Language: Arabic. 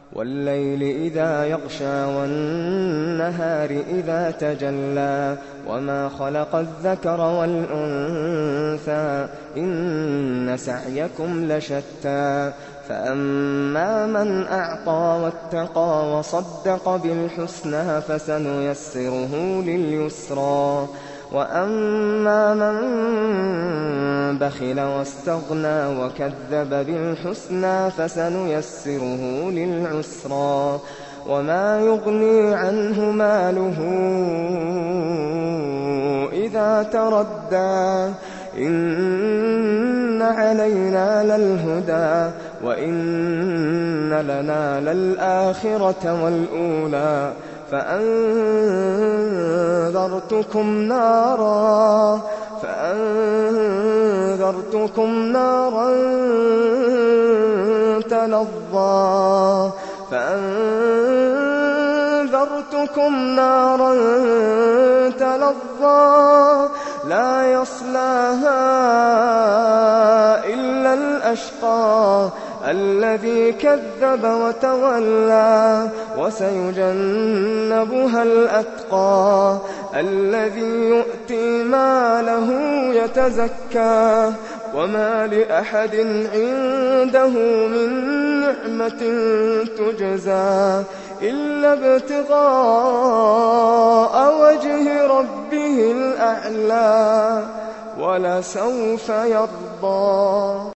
وَاللَّيْلِ إِذَا يَغْشَىٰ وَالنَّهَارِ إِذَا تَجَلَّىٰ وَمَا خَلَقَ الذَّكَرَ وَالْأُنثَىٰ إِنَّ سَعْيَكُمْ لَشَتَّىٰ فَأَمَّا مَنْ أَعْطَىٰ وَاتَّقَىٰ وَصَدَّقَ بِالْحُسْنَىٰ فَسَنُيَسِّرُهُ لِلْيُسْرَىٰ وَأَمَّا مَن بَخِلَ وَاسْتَغْنَىٰ وَكَذَّبَ بِالْحُسْنَىٰ فَسَنُيَسِّرُهُ لِلْعُسْرَىٰ وَمَا يُغْنِي عَنْهُ مَالُهُ إِذَا تَرَدَّىٰ إِنَّ عَلَيْنَا لَلْهُدَىٰ وَإِنَّ لَنَا لَلْآخِرَةَ وَالْأُولَىٰ فَأَنذَرْتُكُمْ نَارًا تَلَظَّىٰ لَا يَصْلَاهَا إِلَّا الْأَشْقَى الَّذِي كَذَّبَ وَتَوَلَّىٰ وَسَيُجَنَّبُهَا الْأَتْقَى الَّذِي يُؤْتِي مَالَهُ يَتَزَكَّىٰ وَمَا لِأَحَدٍ عِندَهُ مِن نِّعْمَةٍ تُجْزَىٰ إِلَّا ابْتِغَاءَ وَجْهِ رَبِّهِ الْأَعْلَىٰ وَلَسَوْفَ يَرْضَىٰ